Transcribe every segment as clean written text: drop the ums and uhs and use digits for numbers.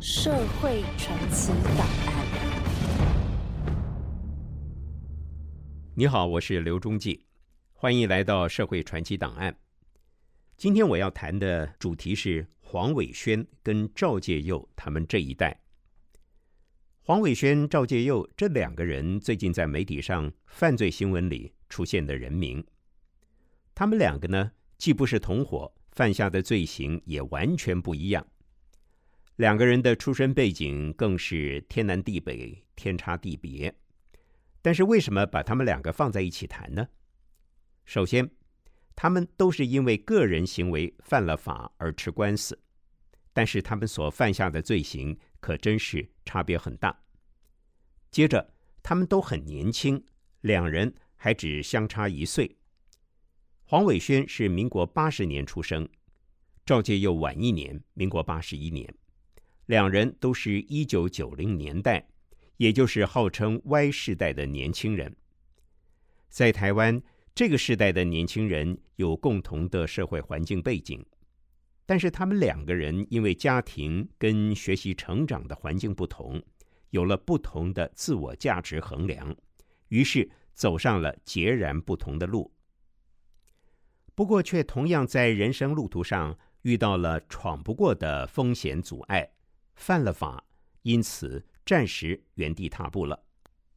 社会传奇档案。 你好，我是刘忠记，欢迎来到社会传奇档案。今天我要谈的主题是黄伟轩跟赵介佑他们这一代。黄伟轩、赵介佑这两个人最近在媒体上犯罪新闻里出现的人名，他们两个呢，既不是同伙，犯下的罪行也完全不一样。两个人的出身背景更是天南地北，天差地别。但是为什么把他们两个放在一起谈呢？首先，他们都是因为个人行为犯了法而吃官司，但是他们所犯下的罪行可真是差别很大。接着，他们都很年轻，两人还只相差1岁。黄伟轩是民国80年出生，赵介佑晚1年，民国81年。两人都是1990年代，也就是号称 Y 世代的年轻人。在台湾，这个世代的年轻人有共同的社会环境背景，但是他们两个人因为家庭跟学习成长的环境不同，有了不同的自我价值衡量，于是走上了截然不同的路。不过却同样在人生路途上遇到了闯不过的风险阻碍，犯了法，因此暂时原地踏步了。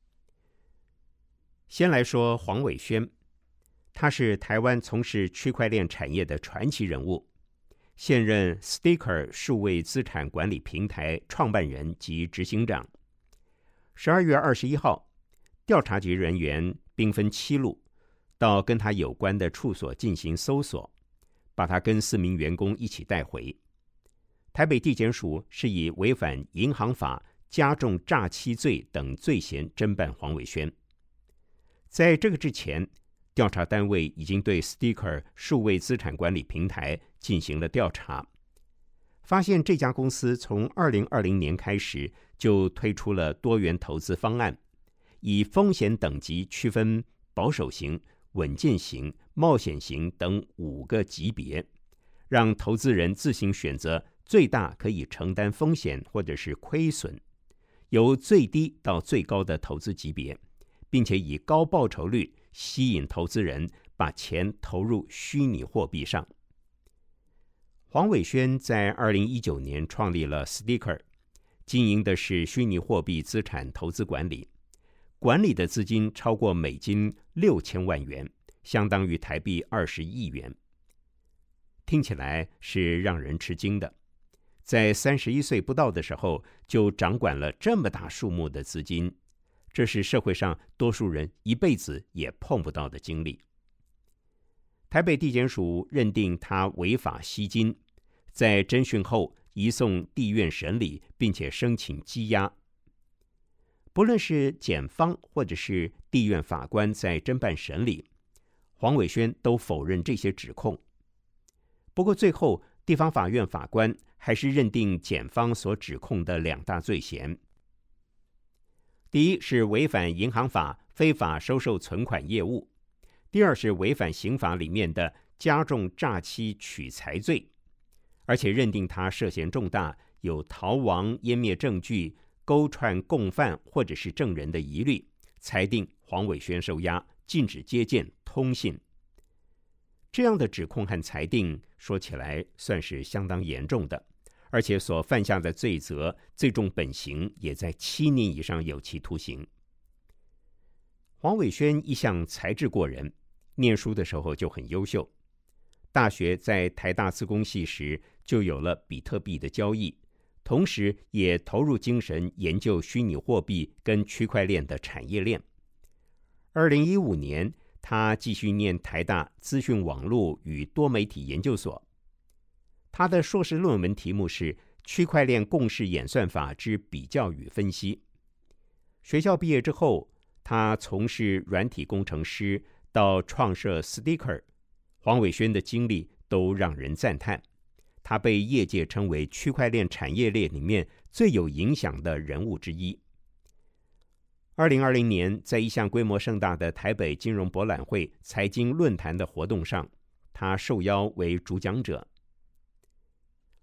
先来说黄伟轩，他是台湾从事区块链产业的传奇人物，现任 Sticker 数位资产管理平台创办人及执行长。12月21号，调查局人员兵分7路，到跟他有关的处所进行搜索，把他跟4名员工一起带回。台北地检署是以违反银行法、加重诈欺罪等罪嫌侦办黄伟轩。在这个之前，调查单位已经对 Sticker 数位资产管理平台进行了调查，发现这家公司从2020年开始就推出了多元投资方案，以风险等级区分保守型、稳健型、冒险型等5个级别，让投资人自行选择最大可以承担风险或者是亏损，由最低到最高的投资级别，并且以高报酬率吸引投资人把钱投入虚拟货币上。黄伟轩在2019年创立了 Sticker， 经营的是虚拟货币资产投资管理，管理的资金超过美金6000万元，相当于台币20亿元。听起来是让人吃惊的，在31岁不到的时候就掌管了这么大数目的资金，这是社会上多数人一辈子也碰不到的经历。台北地检署认定他违法吸金，在侦讯后移送地院审理，并且申请羁押。不论是检方或者是地院法官在侦办审理，黄伟轩都否认这些指控。不过最后，地方法院法官还是认定检方所指控的2大罪嫌。第一是违反银行法非法收受存款业务，第二是违反刑法里面的加重诈欺取财罪，而且认定他涉嫌重大，有逃亡、湮灭证据、勾串共犯或者是证人的疑虑，裁定黄伟轩收押，禁止接见、通信。这样的指控和裁定说起来算是相当严重的，而且所犯下的罪责最重本刑也在7年以上有期徒刑。黄伟轩一向才智过人，念书的时候就很优秀，大学在台大资工系时就有了比特币的交易，同时也投入精神研究虚拟货币跟区块链的产业链。2015年他继续念台大资讯网络与多媒体研究所，他的硕士论文题目是区块链共识演算法之比较与分析。学校毕业之后，他从事软体工程师到创设 Sticker， 黄伟轩的经历都让人赞叹，他被业界称为区块链产业链里面最有影响的人物之一。2020年，在一项规模盛大的台北金融博览会财经论坛的活动上，他受邀为主讲者。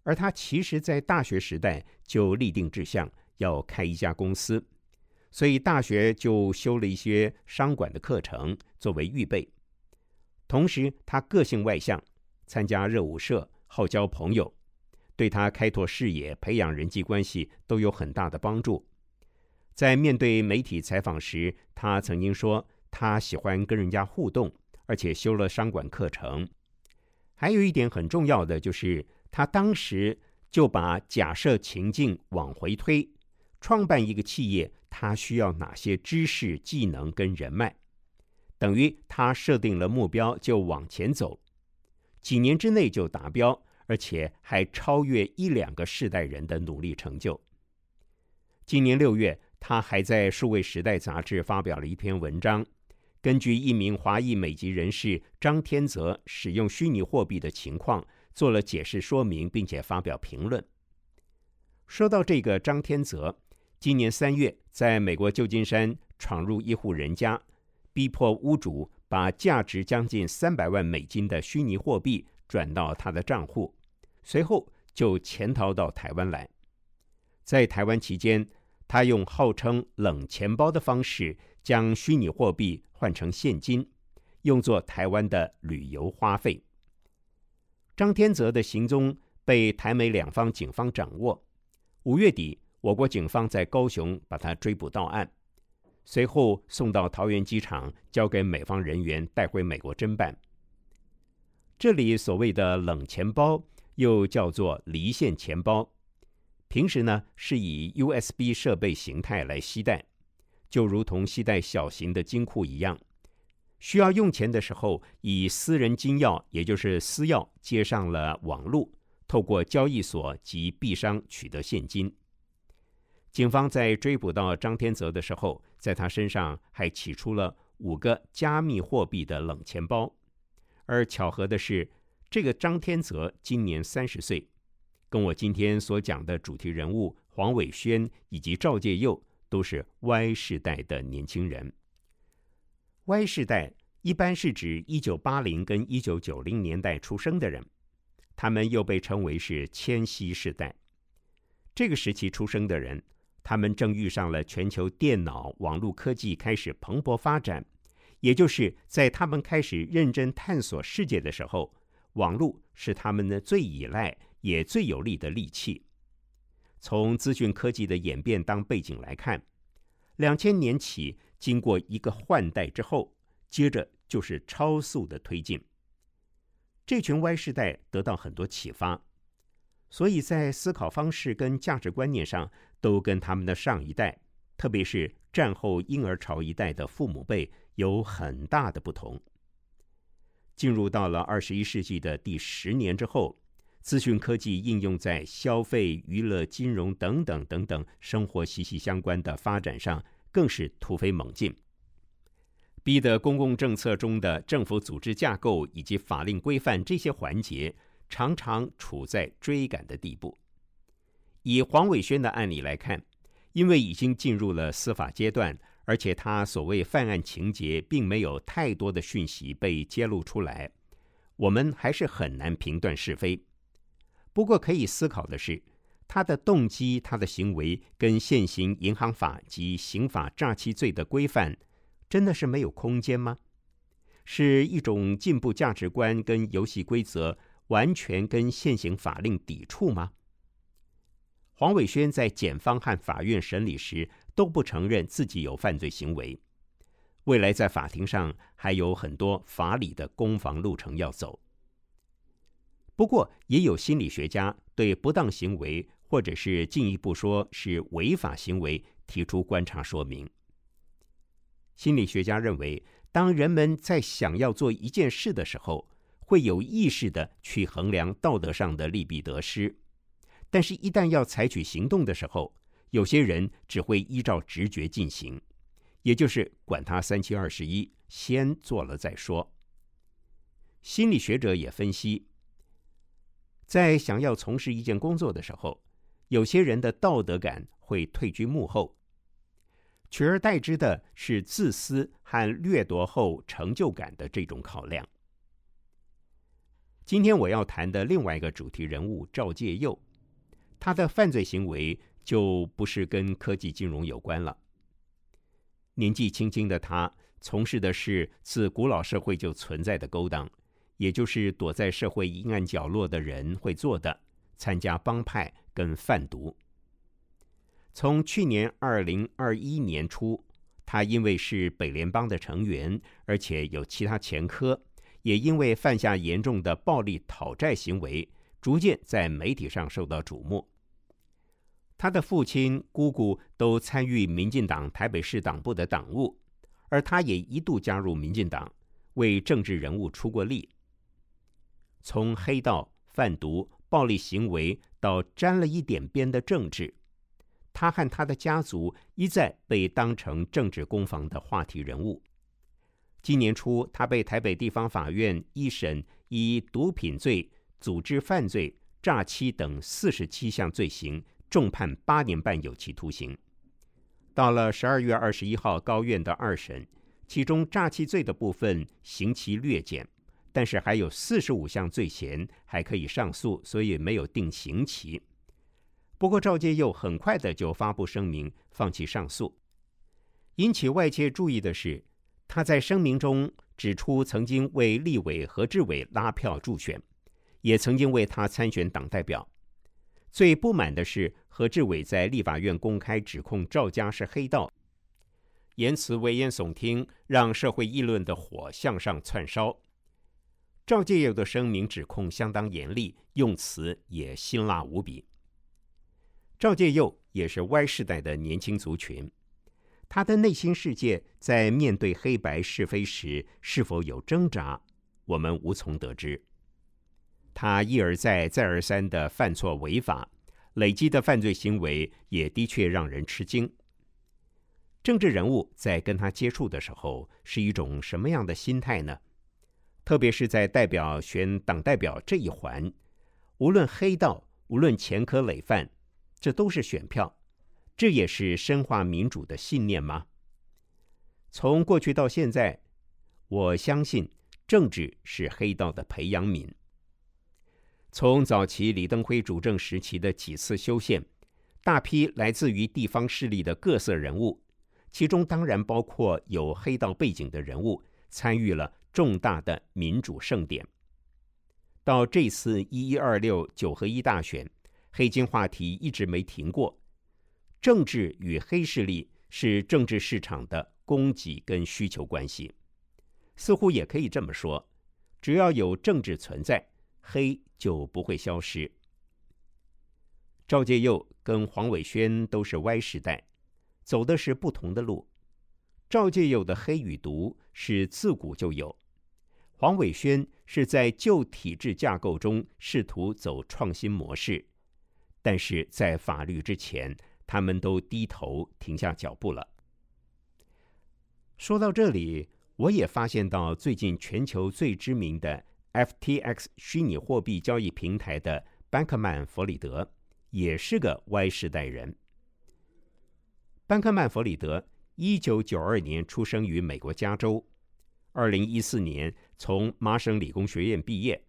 而他其实在大学时代就立定志向要开一家公司，所以大学就修了一些商管的课程作为预备。同时他个性外向，参加热舞社，好交朋友，对他开拓视野、培养人际关系都有很大的帮助。在面对媒体采访时，他曾经说他喜欢跟人家互动，而且修了商管课程。还有一点很重要的就是他当时就把假设情境往回推，创办一个企业他需要哪些知识、技能跟人脉，等于他设定了目标就往前走，几年之内就达标，而且还超越1-2个世代人的努力成就。今年6月，他还在数位时代杂志发表了一篇文章，根据一名华裔美籍人士张天泽使用虚拟货币的情况做了解释说明，并且发表评论。说到这个张天泽，今年3月在美国旧金山闯入一户人家，逼迫屋主把价值将近300万美金的虚拟货币转到他的账户，随后就潜逃到台湾来。在台湾期间，他用号称冷钱包的方式将虚拟货币换成现金，用作台湾的旅游花费。张天泽的行踪被台美两方警方掌握，5月底我国警方在高雄把他追捕到案，随后送到桃园机场，交给美方人员带回美国侦办。这里所谓的冷钱包又叫做离线钱包，平时呢是以 USB 设备形态来携带，就如同携带小型的金库一样，需要用钱的时候以私人金钥，也就是私钥接上了网路，透过交易所及币商取得现金。警方在追捕到张天泽的时候，在他身上还起出了5个加密货币的冷钱包。而巧合的是，这个张天泽今年30岁，跟我今天所讲的主题人物黄伟轩以及赵介佑都是 Y 世代的年轻人。Y 世代一般是指1980跟1990年代出生的人，他们又被称为是千禧世代。这个时期出生的人，他们正遇上了全球电脑、网络科技开始蓬勃发展，也就是在他们开始认真探索世界的时候，网络是他们的最依赖也最有力的利器。从资讯科技的演变当背景来看，2000年起经过一个换代之后，接着就是超速的推进。这群 Y 世代得到很多启发，所以在思考方式跟价值观念上都跟他们的上一代，特别是战后婴儿潮一代的父母辈有很大的不同。进入到了21世纪的第10年之后，资讯科技应用在消费、娱乐、金融等等等等生活息息相关的发展上，更是突飞猛进，逼得公共政策中的政府组织架构以及法令规范这些环节常常处在追赶的地步。以黄伟轩的案例来看，因为已经进入了司法阶段，而且他所谓犯案情节并没有太多的讯息被揭露出来，我们还是很难评断是非。不过可以思考的是，他的动机、他的行为跟现行银行法及刑法诈欺罪的规范真的是没有空间吗？是一种进步价值观跟游戏规则完全跟现行法令抵触吗？黄伟轩在检方和法院审理时都不承认自己有犯罪行为，未来在法庭上还有很多法理的攻防路程要走。不过也有心理学家对不当行为或者是进一步说是违法行为提出观察说明。心理学家认为，当人们在想要做一件事的时候，会有意识的去衡量道德上的利弊得失，但是一旦要采取行动的时候，有些人只会依照直觉进行，也就是管他3721，先做了再说。心理学者也分析，在想要从事一件工作的时候，有些人的道德感会退居幕后，取而代之的是自私和掠夺后成就感的这种考量。 今天我要谈的另外一个主题人物赵介佑，他的犯罪行为就不是跟科技金融有关了。年纪轻轻的他从事的是自古老社会就存在的勾当，也就是躲在社会阴暗角落的人会做的，参加帮派跟贩毒。从去年2021年初，他因为是北联邦的成员，而且有其他前科，也因为犯下严重的暴力讨债行为，逐渐在媒体上受到瞩目。他的父亲、姑姑都参与民进党台北市党部的党务，而他也一度加入民进党，为政治人物出过力。从黑道、贩毒、暴力行为到沾了一点边的政治，他和他的家族一再被当成政治攻防的话题人物。今年初，他被台北地方法院一审以毒品罪、组织犯罪、诈欺等47项罪行，重判8年半有期徒刑。到了12月21号高院的二审，其中诈欺罪的部分刑期略减，但是还有45项罪嫌还可以上诉，所以没有定刑期。不过赵介佑很快的就发布声明放弃上诉。引起外界注意的是，他在声明中指出曾经为立委何志伟拉票助选，也曾经为他参选党代表。最不满的是何志伟在立法院公开指控赵家是黑道，言辞危言耸听，让社会议论的火向上窜烧。赵介佑的声明指控相当严厉，用词也辛辣无比。赵介佑也是 Y 世代的年轻族群，他的内心世界在面对黑白是非时是否有挣扎，我们无从得知。他一而再再而三的犯错违法，累积的犯罪行为也的确让人吃惊。政治人物在跟他接触的时候是一种什么样的心态呢？特别是在代表选党代表这一环，无论黑道，无论前科累犯，这都是选票，这也是深化民主的信念吗？从过去到现在，我相信政治是黑道的培养皿。从早期李登辉主政时期的几次修宪，大批来自于地方势力的各色人物，其中当然包括有黑道背景的人物，参与了重大的民主盛典。到这次11269合1大选，黑金话题一直没停过。政治与黑势力是政治市场的供给跟需求关系，似乎也可以这么说，只要有政治存在，黑就不会消失。赵介佑跟黄伟轩都是 Y 世代，走的是不同的路。赵介佑的黑与毒是自古就有，黄伟轩是在旧体制架构中试图走创新模式，但是在法律之前，他们都低头停下脚步了。说到这里，我也发现到最近全球最知名的 FTX 虚拟货币交易平台的班克曼·弗里德也是个 Y 世代人。班克曼·弗里德1992年出生于美国加州，2014年从麻省理工学院毕业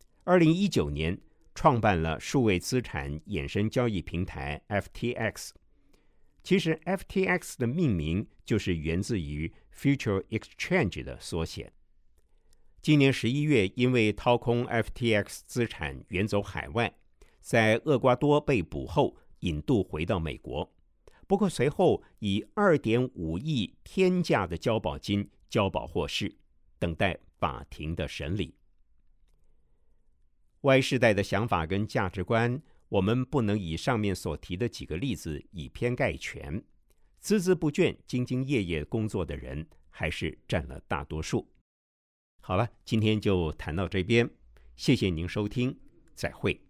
，2019年创办了数位资产衍生交易平台 FTX。 其实 FTX 的命名就是源自于 Future Exchange 的缩写。今年11月因为掏空 FTX 资产远走海外，在厄瓜多被捕后引渡回到美国，不过随后以2.5亿天价的交保金交保获释，等待法庭的审理。Y 世代的想法跟价值观，我们不能以上面所提的几个例子以偏概全。孜孜不倦、兢兢业业工作的人还是占了大多数。好了，今天就谈到这边，谢谢您收听，再会。